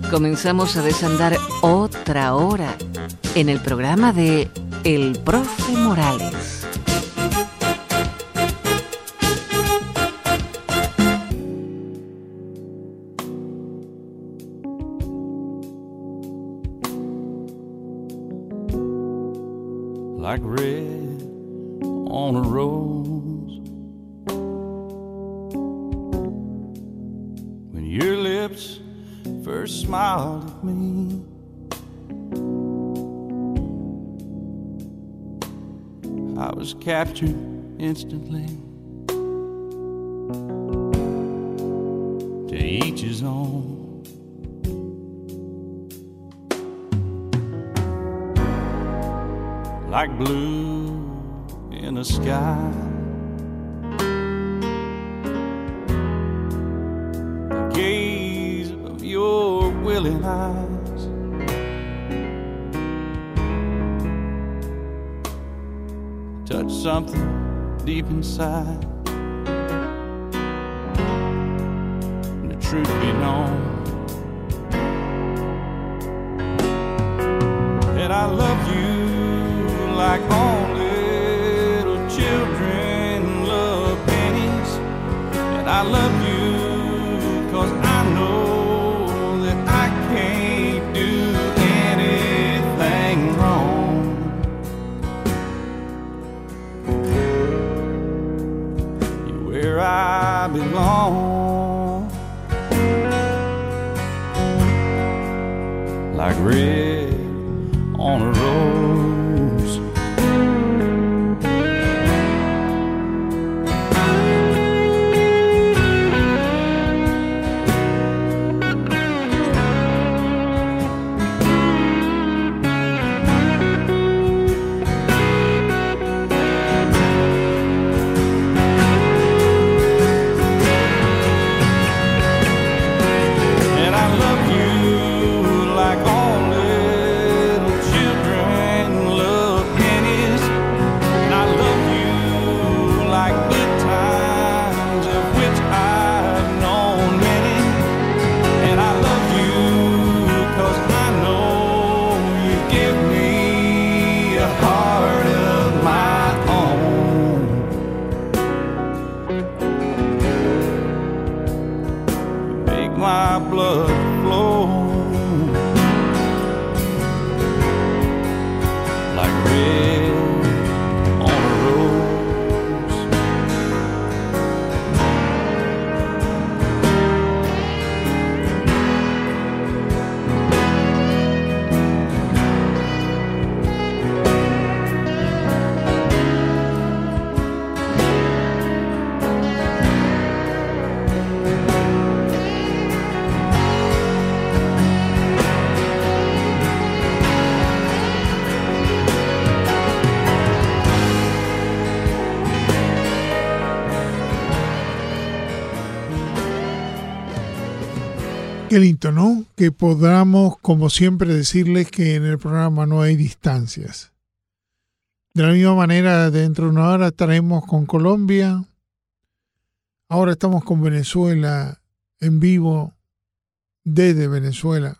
Comenzamos a desandar otra hora en el programa de El Profe Morales. Like red on a rose, when your lips first smiled at me, I was captured instantly. To each his own. Like blue in the sky, the gaze of your willing eyes touch something deep inside. And the truth be known, that I love you like only little children love pennies. And I love you 'cause I know that I can't do anything wrong. You're where I belong. Like red on a rose, Qué lindo, ¿no? Que podamos, como siempre, decirles que en el programa no hay distancias. De la misma manera, dentro de una hora estaremos con Colombia. Ahora estamos con Venezuela en vivo desde Venezuela.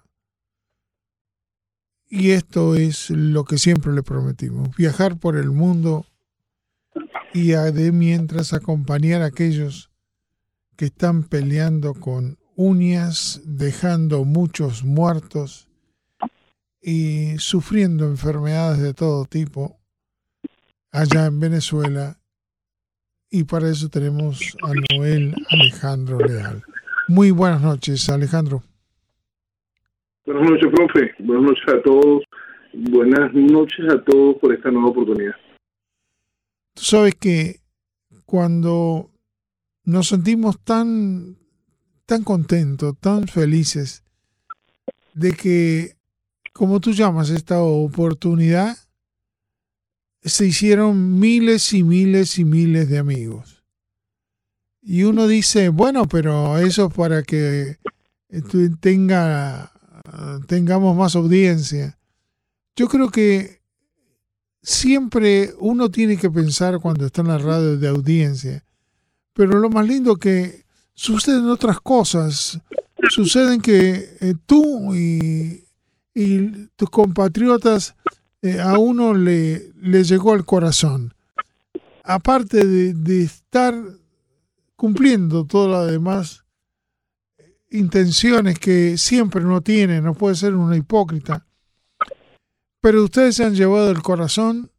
Y esto es lo que siempre le prometimos, viajar por el mundo y de mientras acompañar a aquellos que están peleando con uñas, dejando muchos muertos y sufriendo enfermedades de todo tipo allá en Venezuela. Y para eso tenemos a Noel Alejandro Leal. Muy buenas noches, Alejandro. Buenas noches, profe. Buenas noches a todos. Buenas noches a todos por esta nueva oportunidad. Tú sabes que cuando nos sentimos tan contentos, tan felices de que, como tú llamas, esta oportunidad, se hicieron miles y miles y miles de amigos. Y uno dice, bueno, pero eso es para que tengamos más audiencia. Yo creo que siempre uno tiene que pensar cuando está en la radio de audiencia, pero lo más lindo que suceden otras cosas. suceden que tú y tus compatriotas a uno le llegó al corazón. Aparte de estar cumpliendo todas las demás intenciones que siempre uno tiene, no puede ser uno hipócrita, pero ustedes se han llevado el corazón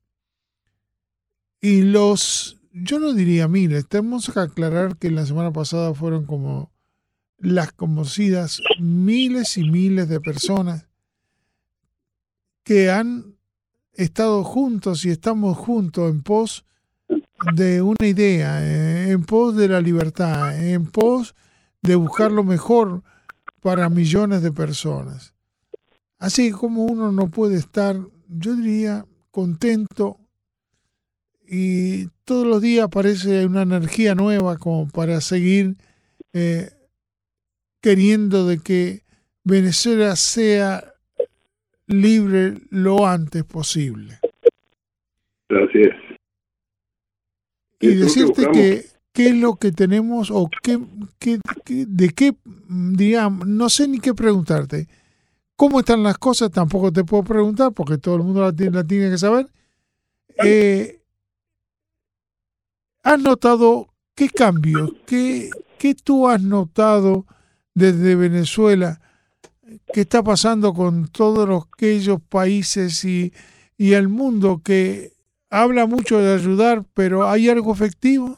y yo no diría miles, tenemos que aclarar que la semana pasada fueron como las conocidas miles y miles de personas que han estado juntos y estamos juntos en pos de una idea, en pos de la libertad, en pos de buscar lo mejor para millones de personas. Así como uno no puede estar, yo diría, contento y todos los días aparece una energía nueva como para seguir queriendo de que Venezuela sea libre lo antes posible. Así es. Y decirte que qué es lo que tenemos o de qué, digamos, no sé ni qué preguntarte. ¿Cómo están las cosas? Tampoco te puedo preguntar porque todo el mundo la tiene que saber. ¿Has notado qué cambios? ¿Qué tú has notado desde Venezuela? ¿Qué está pasando con todos aquellos países y el mundo que habla mucho de ayudar, pero hay algo efectivo?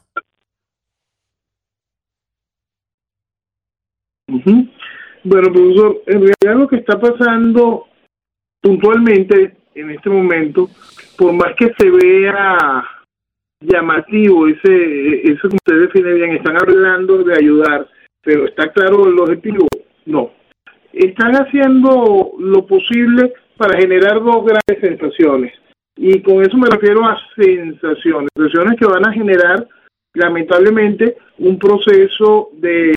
Uh-huh. Bueno, profesor, en realidad lo que está pasando puntualmente en este momento, por más que se vea llamativo, eso que usted define bien, están hablando de ayudar, pero ¿está claro el objetivo? No. Están haciendo lo posible para generar dos grandes sensaciones. Y con eso me refiero a sensaciones que van a generar, lamentablemente, un proceso de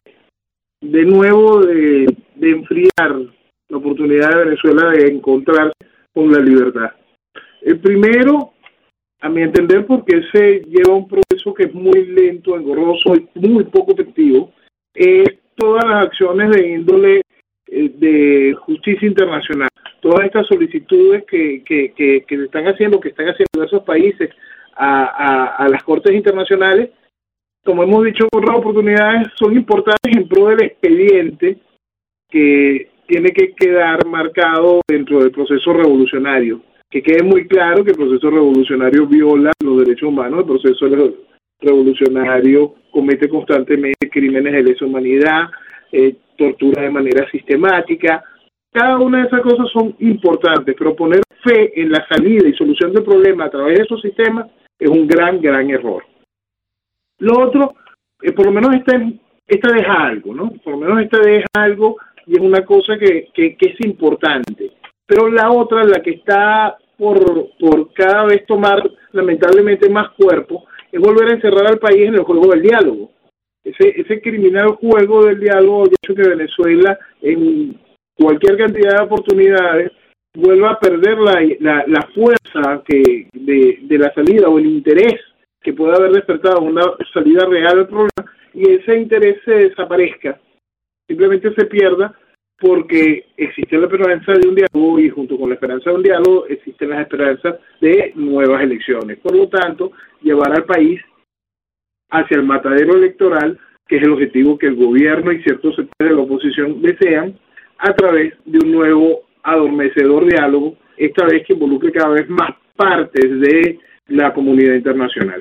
enfriar la oportunidad de Venezuela de encontrarse con la libertad. El primero, a mi entender, porque se lleva un proceso que es muy lento, engorroso y muy poco efectivo, es todas las acciones de índole de justicia internacional, todas estas solicitudes que están haciendo diversos países a las cortes internacionales, como hemos dicho en otras oportunidades, son importantes en pro del expediente que tiene que quedar marcado dentro del proceso revolucionario. Que quede muy claro que el proceso revolucionario viola los derechos humanos, el proceso revolucionario comete constantemente crímenes de lesa humanidad, tortura de manera sistemática. Cada una de esas cosas son importantes, pero poner fe en la salida y solución del problema a través de esos sistemas es un gran error. Lo otro, por lo menos esta deja algo, ¿no? Por lo menos esta deja algo y es una cosa que es importante. Pero la otra, la que está por cada vez tomar lamentablemente más cuerpo, es volver a encerrar al país en el juego del diálogo. Ese criminal juego del diálogo ha hecho que Venezuela, en cualquier cantidad de oportunidades, vuelva a perder la fuerza de la salida o el interés que pueda haber despertado una salida real del problema, y ese interés se desaparezca, simplemente se pierda, porque existe la esperanza de un diálogo y junto con la esperanza de un diálogo existen las esperanzas de nuevas elecciones. Por lo tanto, llevar al país hacia el matadero electoral, que es el objetivo que el gobierno y ciertos sectores de la oposición desean, a través de un nuevo adormecedor diálogo, esta vez que involucre cada vez más partes de la comunidad internacional.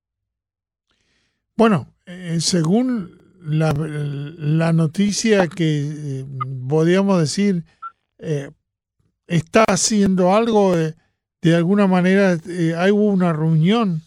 Bueno, según la noticia que podríamos decir está haciendo algo, de alguna manera hubo una reunión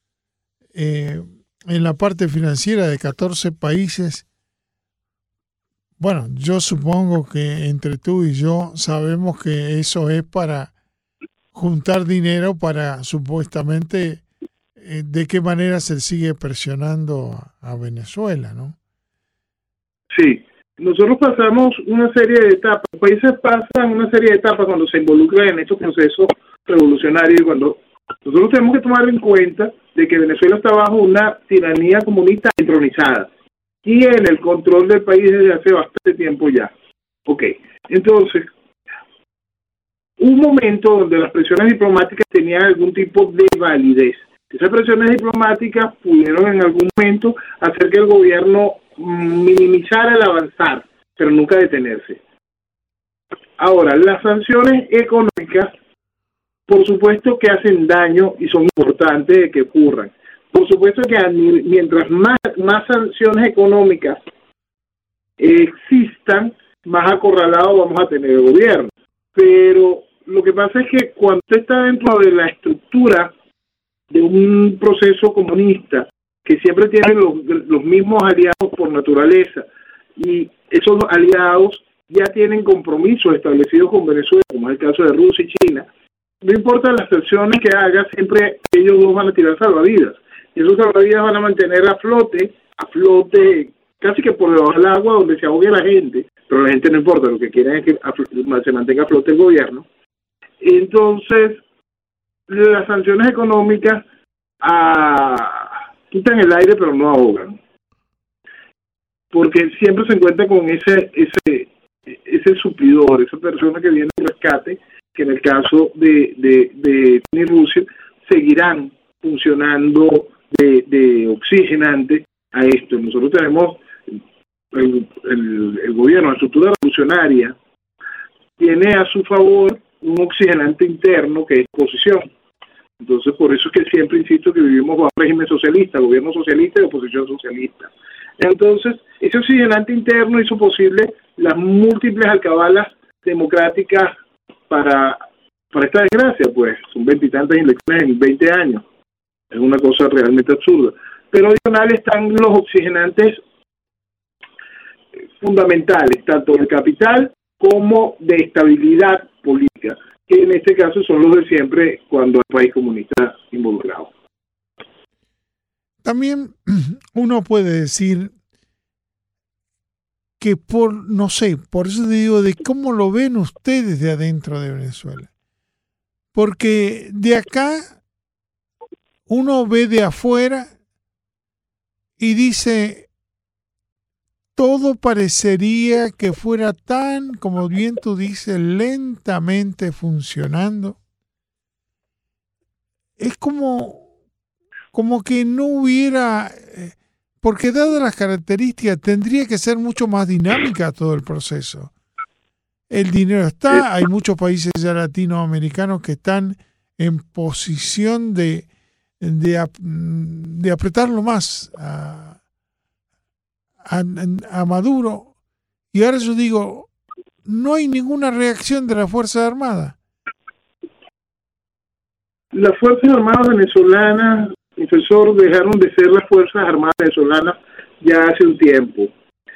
en la parte financiera de 14 países. Bueno, yo supongo que entre tú y yo sabemos que eso es para juntar dinero para supuestamente de qué manera se sigue presionando a Venezuela, ¿no? Sí, nosotros pasamos una serie de etapas, los países pasan una serie de etapas cuando se involucran en estos procesos revolucionarios, y cuando nosotros tenemos que tomar en cuenta de que Venezuela está bajo una tiranía comunista entronizada. tiene el control del país desde hace bastante tiempo ya. Ok, entonces, un momento donde las presiones diplomáticas tenían algún tipo de validez. Esas presiones diplomáticas pudieron en algún momento hacer que el gobierno minimizara el avanzar, pero nunca detenerse. Ahora, las sanciones económicas, por supuesto que hacen daño y son importantes de que ocurran. Por supuesto que mientras más sanciones económicas existan, más acorralado vamos a tener el gobierno. Pero lo que pasa es que cuando usted está dentro de la estructura de un proceso comunista, que siempre tiene los mismos aliados por naturaleza, y esos aliados ya tienen compromisos establecidos con Venezuela, como es el caso de Rusia y China, no importa las sanciones que haga, siempre ellos dos van a tirar salvavidas. Y esos salvavidas van a mantener a flote, casi que por debajo del agua donde se ahogue la gente, pero la gente no importa, lo que quieren es que se mantenga a flote el gobierno. Entonces, las sanciones económicas quitan el aire pero no ahogan, porque siempre se encuentra con ese suplidor, esa persona que viene al rescate, que en el caso de Rusia seguirán funcionando de oxigenante a esto. Nosotros tenemos el gobierno, la estructura revolucionaria tiene a su favor un oxigenante interno que es oposición. Entonces, por eso es que siempre insisto que vivimos bajo régimen socialista, gobierno socialista y oposición socialista. Entonces, ese oxigenante interno hizo posible las múltiples alcabalas democráticas para esta desgracia, pues son 20 y tantas elecciones en 20 años. Es una cosa realmente absurda. Pero adicional están los oxigenantes fundamentales, tanto del capital como de estabilidad política, que en este caso son los de siempre cuando hay país comunista involucrado. También uno puede decir que no sé, por eso te digo de cómo lo ven ustedes de adentro de Venezuela. Porque de acá uno ve de afuera y dice, todo parecería que fuera tan, como bien tú dices, lentamente funcionando. Es como que no hubiera, porque dadas las características, tendría que ser mucho más dinámica todo el proceso. El dinero está, hay muchos países ya latinoamericanos que están en posición de apretarlo más a Maduro, y ahora yo digo, no hay ninguna reacción de las Fuerzas Armadas. Las Fuerzas Armadas venezolanas, profesor, dejaron de ser las Fuerzas Armadas venezolanas ya hace un tiempo.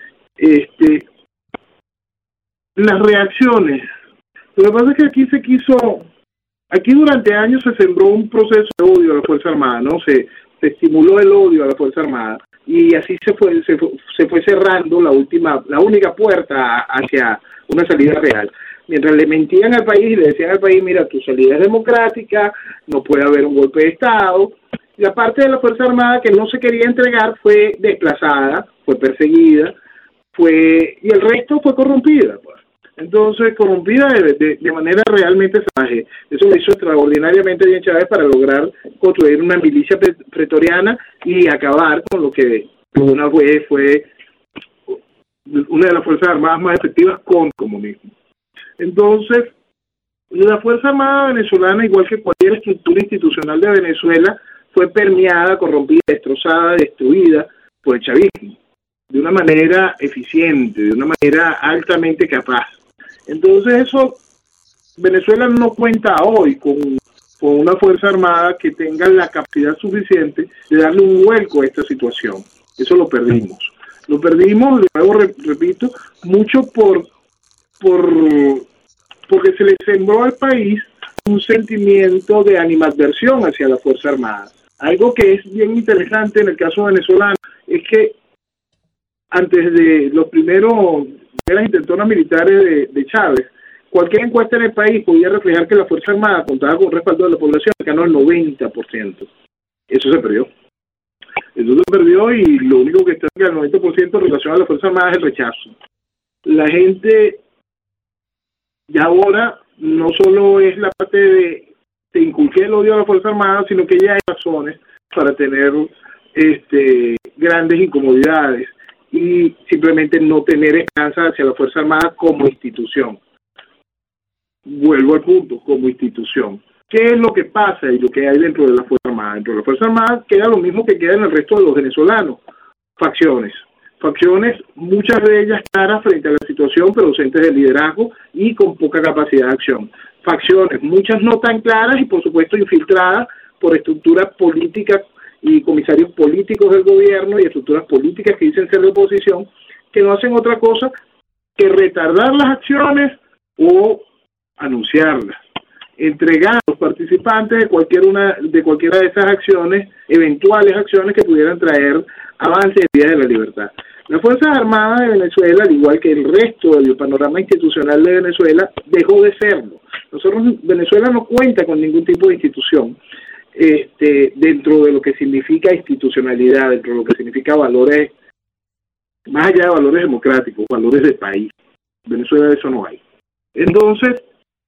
Las reacciones, lo que pasa es que aquí durante años se sembró un proceso de odio a la Fuerza Armada, ¿no? Se estimuló el odio a la Fuerza Armada, y así se fue cerrando la única puerta hacia una salida real. Mientras le mentían al país y le decían al país, mira, tu salida es democrática, no puede haber un golpe de Estado, la parte de la Fuerza Armada que no se quería entregar fue desplazada, fue perseguida, y el resto fue corrompida, pues. Entonces, corrompida de manera realmente salvaje. Eso lo hizo extraordinariamente bien Chávez para lograr construir una milicia pretoriana y acabar con lo que una vez fue una de las Fuerzas Armadas más efectivas con el comunismo. Entonces, la Fuerza Armada venezolana, igual que cualquier estructura institucional de Venezuela, fue permeada, corrompida, destrozada, destruida por el chavismo, de una manera eficiente, de una manera altamente capaz. Entonces Venezuela no cuenta hoy con una Fuerza Armada que tenga la capacidad suficiente de darle un vuelco a esta situación. Eso lo perdimos. Lo perdimos, luego repito, mucho porque se le sembró al país un sentimiento de animadversión hacia la Fuerza Armada. Algo que es bien interesante en el caso venezolano es que antes de las intentonas militares de Chávez, cualquier encuesta en el país podía reflejar que la Fuerza Armada contaba con respaldo de la población, que ganó el 90%. Eso se perdió. Eso se perdió y lo único que está al 90% en relación a las Fuerzas Armadas es el rechazo. La gente ya ahora no solo es la parte de te inculqué el odio a las Fuerzas Armadas, sino que ya hay razones para tener grandes incomodidades y simplemente no tener esperanza hacia la Fuerza Armada como institución. Vuelvo al punto, como institución. ¿Qué es lo que pasa y lo que hay dentro de la Fuerza Armada? Dentro de la Fuerza Armada queda lo mismo que queda en el resto de los venezolanos. Facciones, muchas de ellas claras frente a la situación, pero ausentes de liderazgo y con poca capacidad de acción. Facciones, muchas no tan claras y por supuesto infiltradas por estructuras políticas y comisarios políticos del gobierno y estructuras políticas que dicen ser de oposición, que no hacen otra cosa que retardar las acciones o anunciarlas, entregar a los participantes de cualquiera de esas acciones, eventuales acciones que pudieran traer avances en vías de la libertad. Las Fuerzas Armadas de Venezuela, al igual que el resto del panorama institucional de Venezuela, dejó de serlo. Venezuela no cuenta con ningún tipo de institución dentro de lo que significa institucionalidad, dentro de lo que significa valores, más allá de valores democráticos, valores de país. En Venezuela eso no hay. Entonces,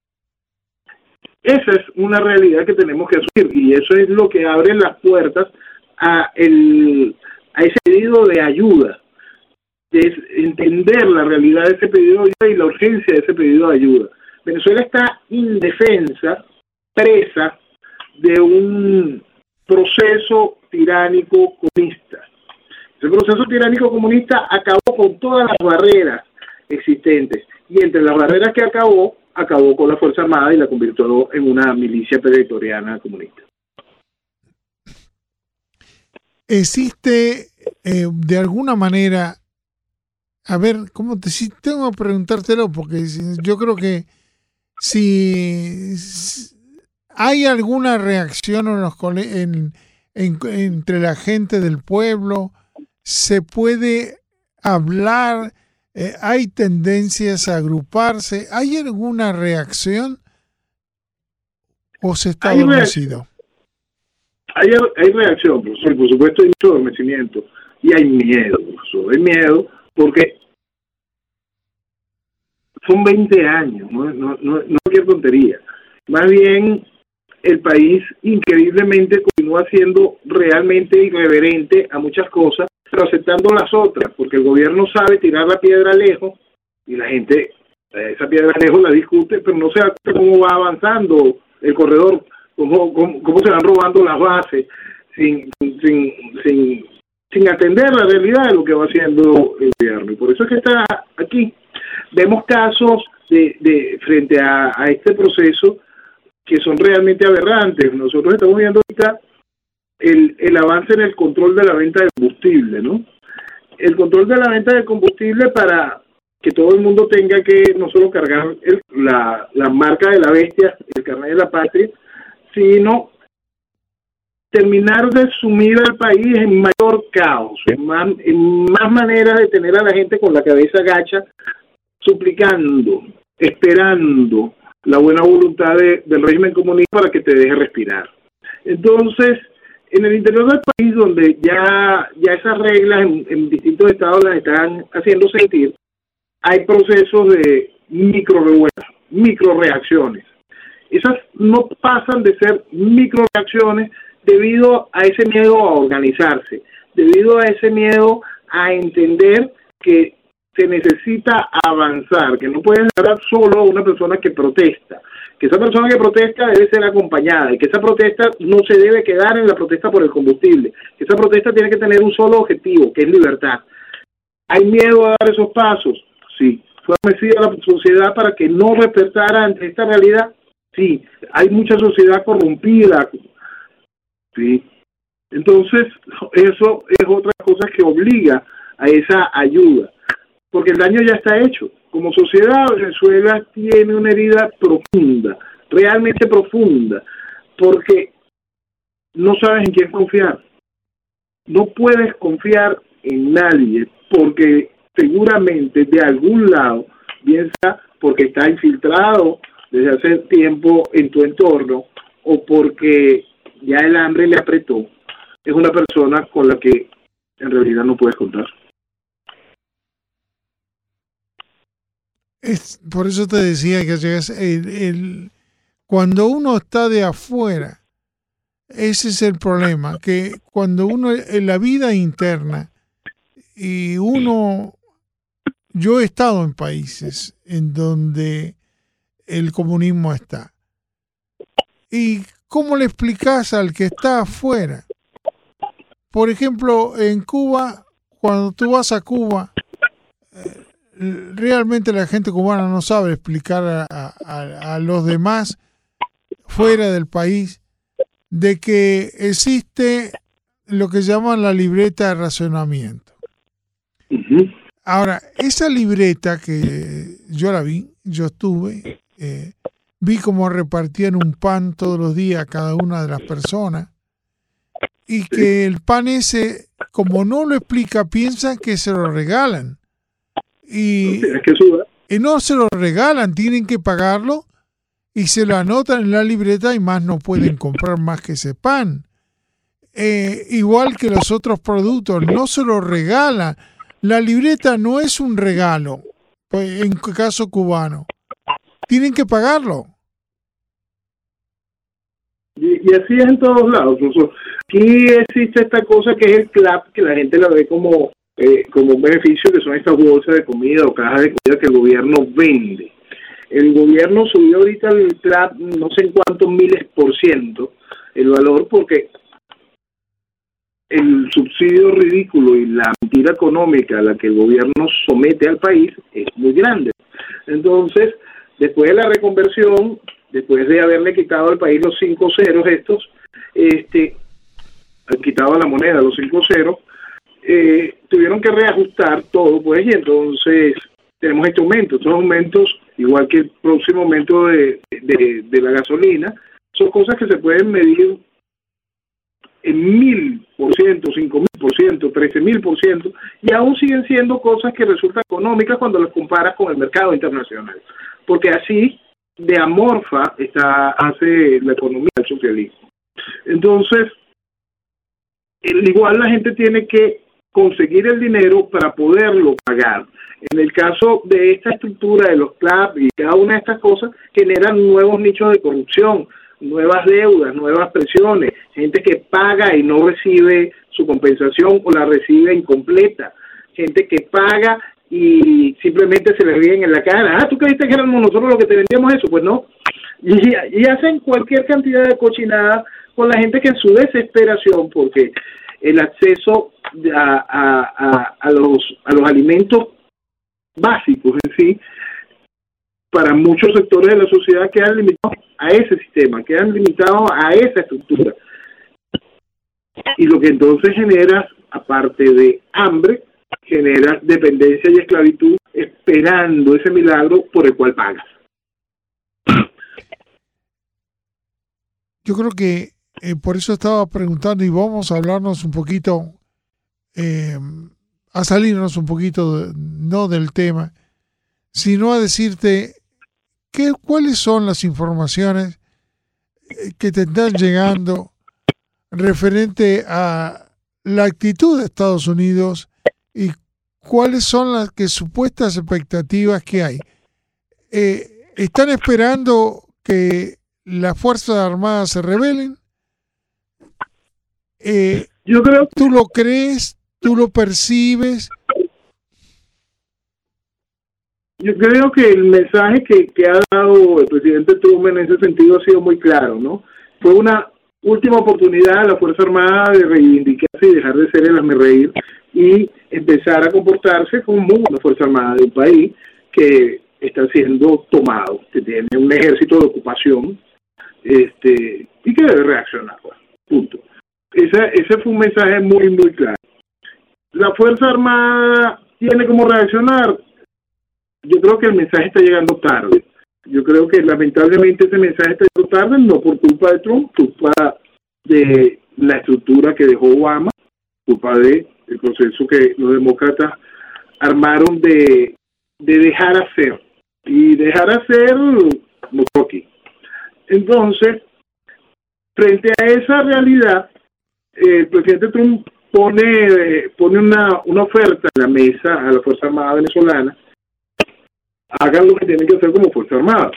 esa es una realidad que tenemos que asumir y eso es lo que abre las puertas a ese pedido de ayuda, es entender la realidad de ese pedido de ayuda y la urgencia de ese pedido de ayuda. Venezuela está indefensa, presa de un proceso tiránico comunista. Ese proceso tiránico comunista acabó con todas las barreras existentes y entre las barreras que acabó con la Fuerza Armada y la convirtió en una milicia pretoriana comunista. ¿Existe de alguna manera, a ver, si tengo que preguntártelo, porque yo creo que si hay alguna reacción entre la gente del pueblo, se puede hablar, hay tendencias a agruparse, ¿hay alguna reacción o se está adormecido? Hay reacción, profesor, por supuesto hay mucho adormecimiento y hay miedo, profesor, hay miedo porque son 20 años, no cualquier tontería. Más bien el país increíblemente continúa siendo realmente irreverente a muchas cosas, pero aceptando las otras, porque el gobierno sabe tirar la piedra lejos y la gente esa piedra lejos la discute, pero no se da cuenta cómo va avanzando el corredor, cómo se van robando las bases sin atender la realidad de lo que va haciendo el gobierno. Y por eso es que está aquí. Vemos casos de frente a este proceso que son realmente aberrantes. Nosotros estamos viendo ahorita el avance en el control de la venta de combustible, ¿no? El control de la venta de combustible para que todo el mundo tenga que no solo cargar la marca de la bestia, el carnet de la patria, sino terminar de sumir al país en mayor caos, en más maneras de tener a la gente con la cabeza gacha, suplicando, esperando la buena voluntad del régimen comunista para que te deje respirar. Entonces, en el interior del país, donde ya esas reglas en distintos estados las están haciendo sentir, hay procesos de microreacciones. Esas no pasan de ser microreacciones debido a ese miedo a organizarse, debido a ese miedo a entender que se necesita avanzar, que no puedes dejar solo a una persona que protesta, que esa persona que protesta debe ser acompañada y que esa protesta no se debe quedar en la protesta por el combustible, que esa protesta tiene que tener un solo objetivo, que es libertad. ¿Hay miedo a dar esos pasos? Sí. ¿Fue adormecida la sociedad para que no despertara ante esta realidad? Sí. ¿Hay mucha sociedad corrompida? Sí. Entonces, eso es otra cosa que obliga a esa ayuda, porque el daño ya está hecho. Como sociedad, Venezuela tiene una herida profunda, realmente profunda, porque no sabes en quién confiar. No puedes confiar en nadie, porque seguramente de algún lado, bien sea porque está infiltrado desde hace tiempo en tu entorno, o porque ya el hambre le apretó, es una persona con la que en realidad no puedes contar. Por eso te decía que cuando uno está de afuera, ese es el problema, que cuando uno en la vida interna y yo he estado en países en donde el comunismo está. ¿Y cómo le explicás al que está afuera? Por ejemplo, en Cuba, cuando tú vas a Cuba, realmente la gente cubana no sabe explicar a los demás fuera del país de que existe lo que llaman la libreta de racionamiento. Uh-huh. Ahora, esa libreta que yo la vi, yo estuve, vi cómo repartían un pan todos los días a cada una de las personas y que el pan ese, como no lo explica, piensan que se lo regalan. Y no se lo regalan, tienen que pagarlo y se lo anotan en la libreta y más no pueden comprar más que ese pan. Igual que los otros productos, no se lo regalan. La libreta no es un regalo, pues, en caso cubano. Tienen que pagarlo. Y así es en todos lados. Aquí existe esta cosa que es el CLAP, que la gente la ve como un beneficio, que son estas bolsas de comida o cajas de comida que el gobierno vende. El gobierno subió ahorita el CLAP no sé en cuántos miles % el valor, porque el subsidio ridículo y la mentira económica a la que el gobierno somete al país es muy grande. Entonces, después de la reconversión, después de haberle quitado al país los 5 ceros estos, han quitado a la moneda los 5 ceros, tuvieron que reajustar todo, pues, y entonces tenemos este aumento. Estos aumentos, igual que el próximo aumento de la gasolina, son cosas que se pueden medir en 1000%, 5000%, 13000%, y aún siguen siendo cosas que resultan económicas cuando las comparas con el mercado internacional, porque así de amorfa hace la economía del socialismo. Entonces, igual la gente tiene que conseguir el dinero para poderlo pagar. En el caso de esta estructura de los CLAP y cada una de estas cosas, generan nuevos nichos de corrupción, nuevas deudas, nuevas presiones, gente que paga y no recibe su compensación o la recibe incompleta, gente que paga y simplemente se le ríen en la cara. ¿Tú creíste que éramos nosotros los que te vendíamos eso? Pues no. Y hacen cualquier cantidad de cochinada con la gente que en su desesperación, porque el acceso a los alimentos básicos en sí, para muchos sectores de la sociedad quedan limitados a ese sistema, quedan limitados a esa estructura. Y lo que entonces genera, aparte de hambre, genera dependencia y esclavitud, esperando ese milagro por el cual pagas. Yo creo que por eso estaba preguntando, y vamos a hablarnos un poquito, a salirnos un poquito, no del tema, sino a decirte cuáles son las informaciones que te están llegando referente a la actitud de Estados Unidos y cuáles son las supuestas expectativas que hay. ¿Están esperando que las Fuerzas Armadas se rebelen? Yo creo. ¿Tú lo crees? ¿Tú lo percibes? Yo creo que el mensaje que ha dado el presidente Trump en ese sentido ha sido muy claro, ¿no? Fue una última oportunidad a la Fuerza Armada de reivindicarse y dejar de ser el hazmerreír y empezar a comportarse como una Fuerza Armada de un país que está siendo tomado, que tiene un ejército de ocupación, y que debe reaccionar, punto. Ese fue un mensaje muy, muy claro. La Fuerza Armada tiene como reaccionar. Yo creo que el mensaje está llegando tarde. Yo creo que lamentablemente ese mensaje está llegando tarde, no por culpa de Trump, culpa de la estructura que dejó Obama, culpa del proceso que los demócratas armaron de dejar hacer. Y dejar hacer mucho aquí. Entonces, frente a esa realidad, el presidente Trump pone una oferta en la mesa a la Fuerza Armada venezolana: hagan lo que tienen que hacer como Fuerza Armada.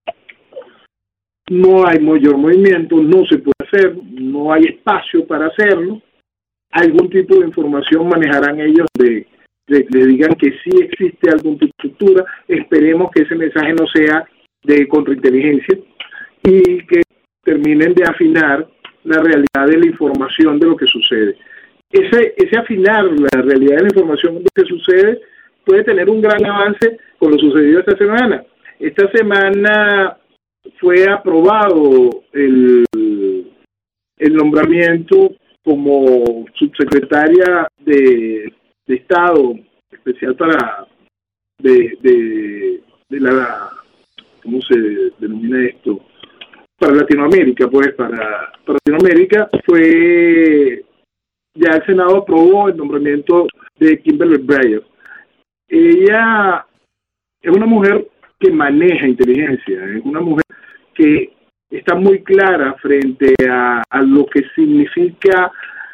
No hay mayor movimiento, no se puede hacer, no hay espacio para hacerlo. Algún tipo de información manejarán ellos le digan que sí existe algún tipo de estructura. Esperemos que ese mensaje no sea de contrainteligencia y que terminen de afinar la realidad de la información de lo que sucede. Ese afinar la realidad de la información de lo que sucede puede tener un gran avance con lo sucedido esta semana. Esta semana fue aprobado el nombramiento como subsecretaria de Estado especial para de la, ¿cómo se denomina esto? Para Latinoamérica, pues para Latinoamérica. Fue, ya el Senado aprobó el nombramiento de Kimberly Breyer. Ella es una mujer que maneja inteligencia, es una mujer que está muy clara frente a lo que significa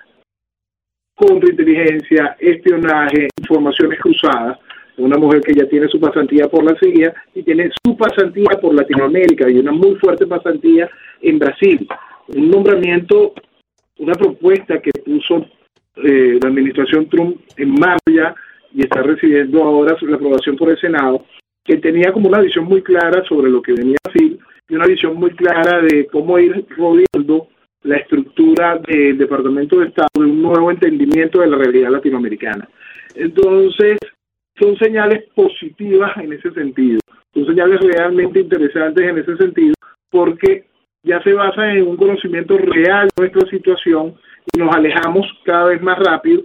contrainteligencia, espionaje, informaciones cruzadas. Es una mujer que ya tiene su pasantía por la CIA y tiene su pasantía por Latinoamérica y una muy fuerte pasantía en Brasil. Un nombramiento, una propuesta que puso la administración Trump en marcha ya y está recibiendo ahora la aprobación por el Senado, que tenía como una visión muy clara sobre lo que venía a decir y una visión muy clara de cómo ir rodeando la estructura del Departamento de Estado de un nuevo entendimiento de la realidad latinoamericana. Entonces, son señales positivas en ese sentido, son señales realmente interesantes en ese sentido, porque ya se basa en un conocimiento real de nuestra situación y nos alejamos cada vez más rápido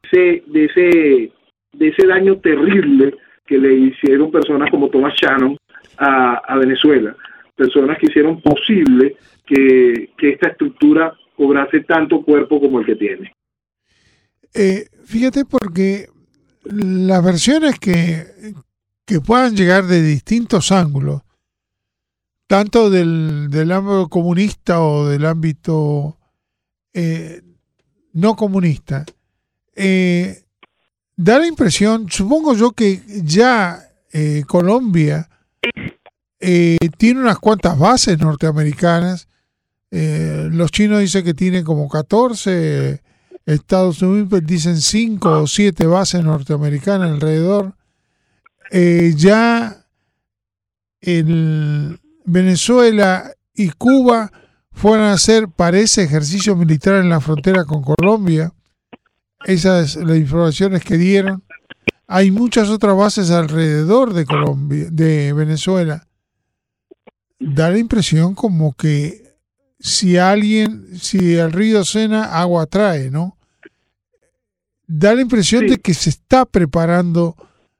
de ese daño terrible que le hicieron personas como Thomas Shannon a Venezuela, personas que hicieron posible que esta estructura cobrase tanto cuerpo como el que tiene. Fíjate, porque las versiones que puedan llegar de distintos ángulos, tanto del ámbito comunista o del ámbito no comunista, da la impresión, supongo yo, que ya Colombia tiene unas cuantas bases norteamericanas. Los chinos dicen que tiene como 14, Estados Unidos dicen 5 o 7 bases norteamericanas alrededor. Ya en Venezuela y Cuba fueron a hacer, parece, ejercicio militar en la frontera con Colombia. Esas son las informaciones que dieron. Hay muchas otras bases alrededor de Colombia, de Venezuela. Da la impresión como que si el río Sena agua trae, ¿no? Da la impresión de que se está preparando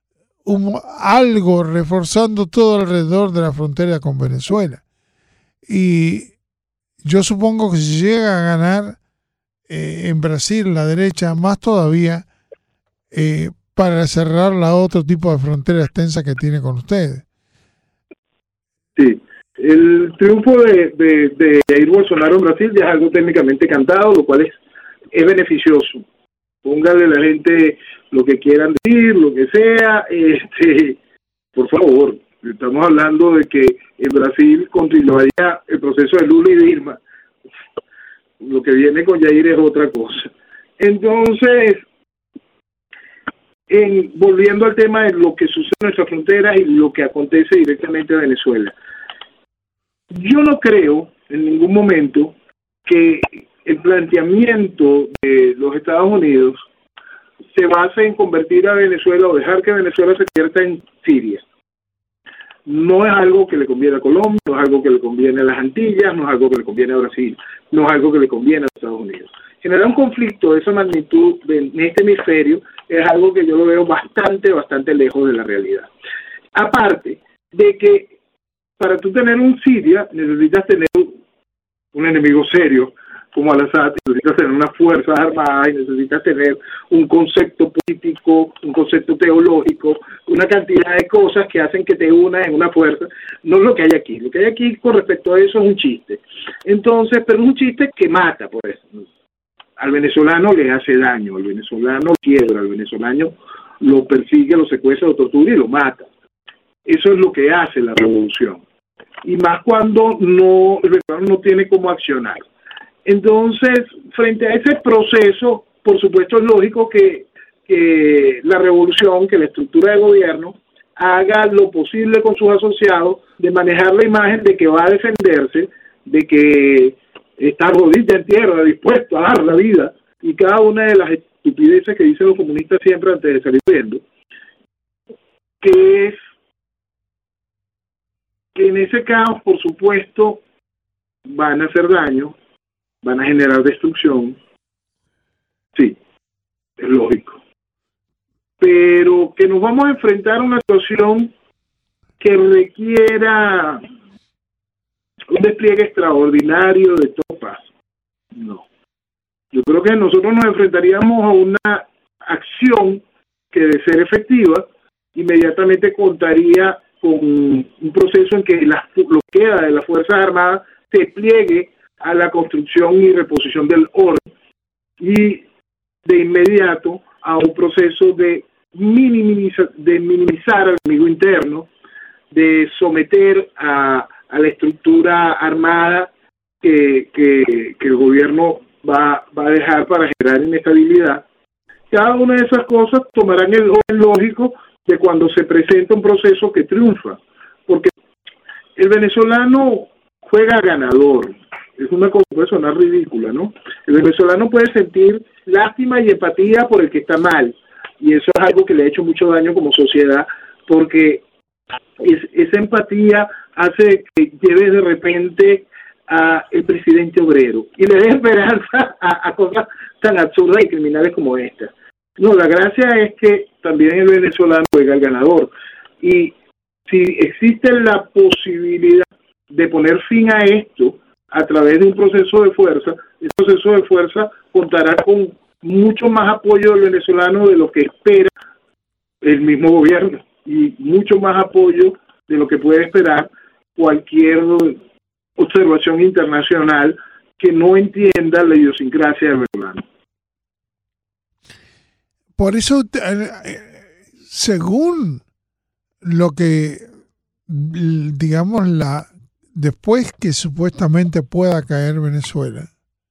algo, reforzando todo alrededor de la frontera con Venezuela. Y yo supongo que si llega a ganar en Brasil la derecha, más todavía, para cerrar la otro tipo de frontera extensa que tiene con ustedes. Sí. El triunfo de Jair Bolsonaro en Brasil ya es algo técnicamente cantado, lo cual es beneficioso. Póngale a la gente lo que quieran decir, lo que sea, por favor. Estamos hablando de que en Brasil continuaría el proceso de Lula y Dilma. Lo que viene con Jair es otra cosa. Entonces, volviendo al tema de lo que sucede en nuestras fronteras y lo que acontece directamente en Venezuela. Yo no creo en ningún momento que el planteamiento de los Estados Unidos se base en convertir a Venezuela o dejar que Venezuela se convierta en Siria. No es algo que le conviene a Colombia, no es algo que le conviene a las Antillas, no es algo que le conviene a Brasil, no es algo que le conviene a Estados Unidos. Generar un conflicto de esa magnitud en este hemisferio es algo que yo lo veo bastante lejos de la realidad. Aparte de que para tú tener un Siria necesitas tener un enemigo serio como Al-Assad, necesitas tener unas fuerzas armadas y necesitas tener un concepto político, un concepto teológico, una cantidad de cosas que hacen que te unas en una fuerza. No es lo que hay aquí. Lo que hay aquí con respecto a eso es un chiste. Entonces, pero es un chiste que mata, por eso. al venezolano le hace daño, al venezolano quiebra, al venezolano lo persigue, lo secuestra, lo tortura y lo mata. Eso es lo que hace la revolución. Y más cuando el venezolano no tiene cómo accionar. Entonces, frente a ese proceso, por supuesto es lógico que la revolución, que la estructura de gobierno, haga lo posible con sus asociados de manejar la imagen de que va a defenderse, de que está rodilla en tierra, dispuesto a dar la vida, y cada una de las estupideces que dicen los comunistas siempre antes de salir viendo, que es que en ese caos, por supuesto, van a hacer daño, van a generar destrucción. Sí, es lógico. Pero que nos vamos a enfrentar a una situación que requiera un despliegue extraordinario de tropas. No. Yo creo que nosotros nos enfrentaríamos a una acción que, de ser efectiva, inmediatamente contaría con un proceso en que lo que queda de las Fuerzas Armadas se pliegue a la construcción y reposición del orden, y de inmediato a un proceso de minimizar al enemigo interno, de someter a la estructura armada que el gobierno va a dejar para generar inestabilidad. Cada una de esas cosas tomarán el orden lógico de cuando se presenta un proceso que triunfa, porque el venezolano juega ganador. Es una cosa que puede sonar ridícula, ¿no? El venezolano puede sentir lástima y empatía por el que está mal, y eso es algo que le ha hecho mucho daño como sociedad, porque esa empatía hace que lleve de repente a el presidente obrero y le dé esperanza a cosas tan absurdas y criminales como esta. No, la gracia es que también el venezolano juega al ganador, y si existe la posibilidad de poner fin a esto a través de un proceso de fuerza, el proceso de fuerza contará con mucho más apoyo del venezolano de lo que espera el mismo gobierno, y mucho más apoyo de lo que puede esperar cualquier observación internacional que no entienda la idiosincrasia del venezolano. Por eso, según lo que, digamos, después que supuestamente pueda caer Venezuela,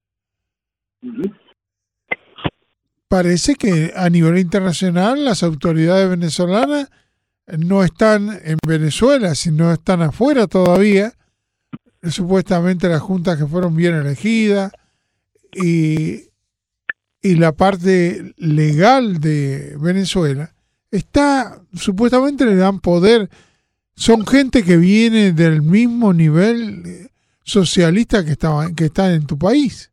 parece que a nivel internacional las autoridades venezolanas no están en Venezuela, sino están afuera todavía. Supuestamente las juntas que fueron bien elegidas y la parte legal de Venezuela supuestamente le dan poder. Son gente que viene del mismo nivel socialista que están en tu país.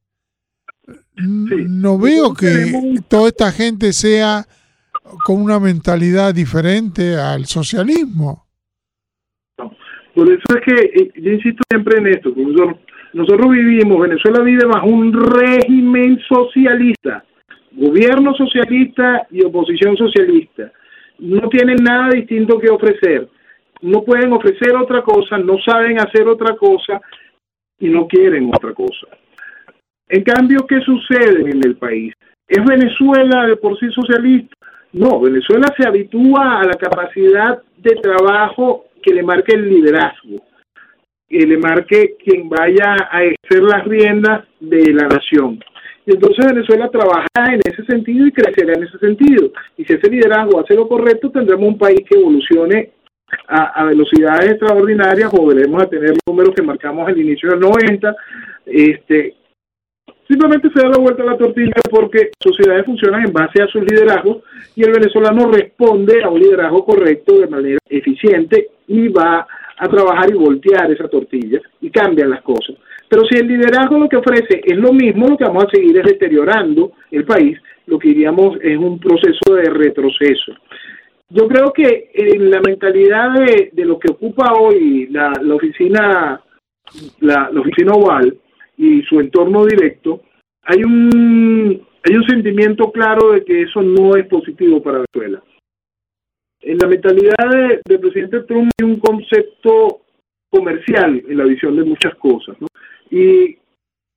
No veo que toda esta gente sea con una mentalidad diferente al socialismo. No. Por eso es que yo insisto siempre en esto. Nosotros Venezuela vive bajo un régimen socialista, gobierno socialista y oposición socialista. No tienen nada distinto que ofrecer. No pueden ofrecer otra cosa, no saben hacer otra cosa y no quieren otra cosa. En cambio, ¿qué sucede en el país? ¿Es Venezuela de por sí socialista? No, Venezuela se habitúa a la capacidad de trabajo que le marque el liderazgo, que le marque quien vaya a ejercer las riendas de la nación. Y entonces Venezuela trabaja en ese sentido y crecerá en ese sentido. Y si ese liderazgo hace lo correcto, tendremos un país que evolucione a velocidades extraordinarias, o volveremos a tener números que marcamos al inicio del 90. Simplemente se da la vuelta a la tortilla porque sociedades funcionan en base a sus liderazgos, y el venezolano responde a un liderazgo correcto de manera eficiente y va a trabajar y voltear esa tortilla y cambian las cosas. Pero si el liderazgo lo que ofrece es lo mismo, lo que vamos a seguir es deteriorando el país, lo que diríamos es un proceso de retroceso. Yo creo que en la mentalidad de lo que ocupa hoy la oficina oval y su entorno directo, hay un sentimiento claro de que eso no es positivo para Venezuela. En la mentalidad del presidente Trump hay un concepto comercial en la visión de muchas cosas, ¿no? Y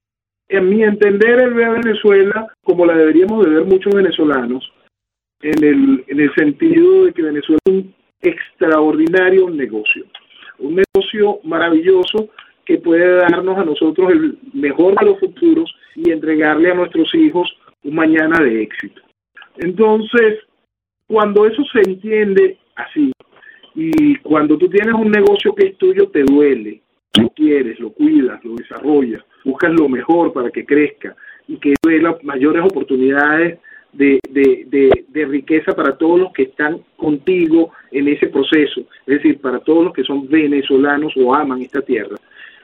en mi entender, él ve a Venezuela como la deberíamos de ver muchos venezolanos, en el sentido de que Venezuela es un extraordinario negocio, un negocio maravilloso que puede darnos a nosotros el mejor de los futuros y entregarle a nuestros hijos un mañana de éxito. Entonces, cuando eso se entiende así, y cuando tú tienes un negocio que es tuyo, te duele, lo quieres, lo cuidas, lo desarrollas, buscas lo mejor para que crezca y que dé las mayores oportunidades de riqueza para todos los que están contigo en ese proceso, es decir, para todos los que son venezolanos o aman esta tierra.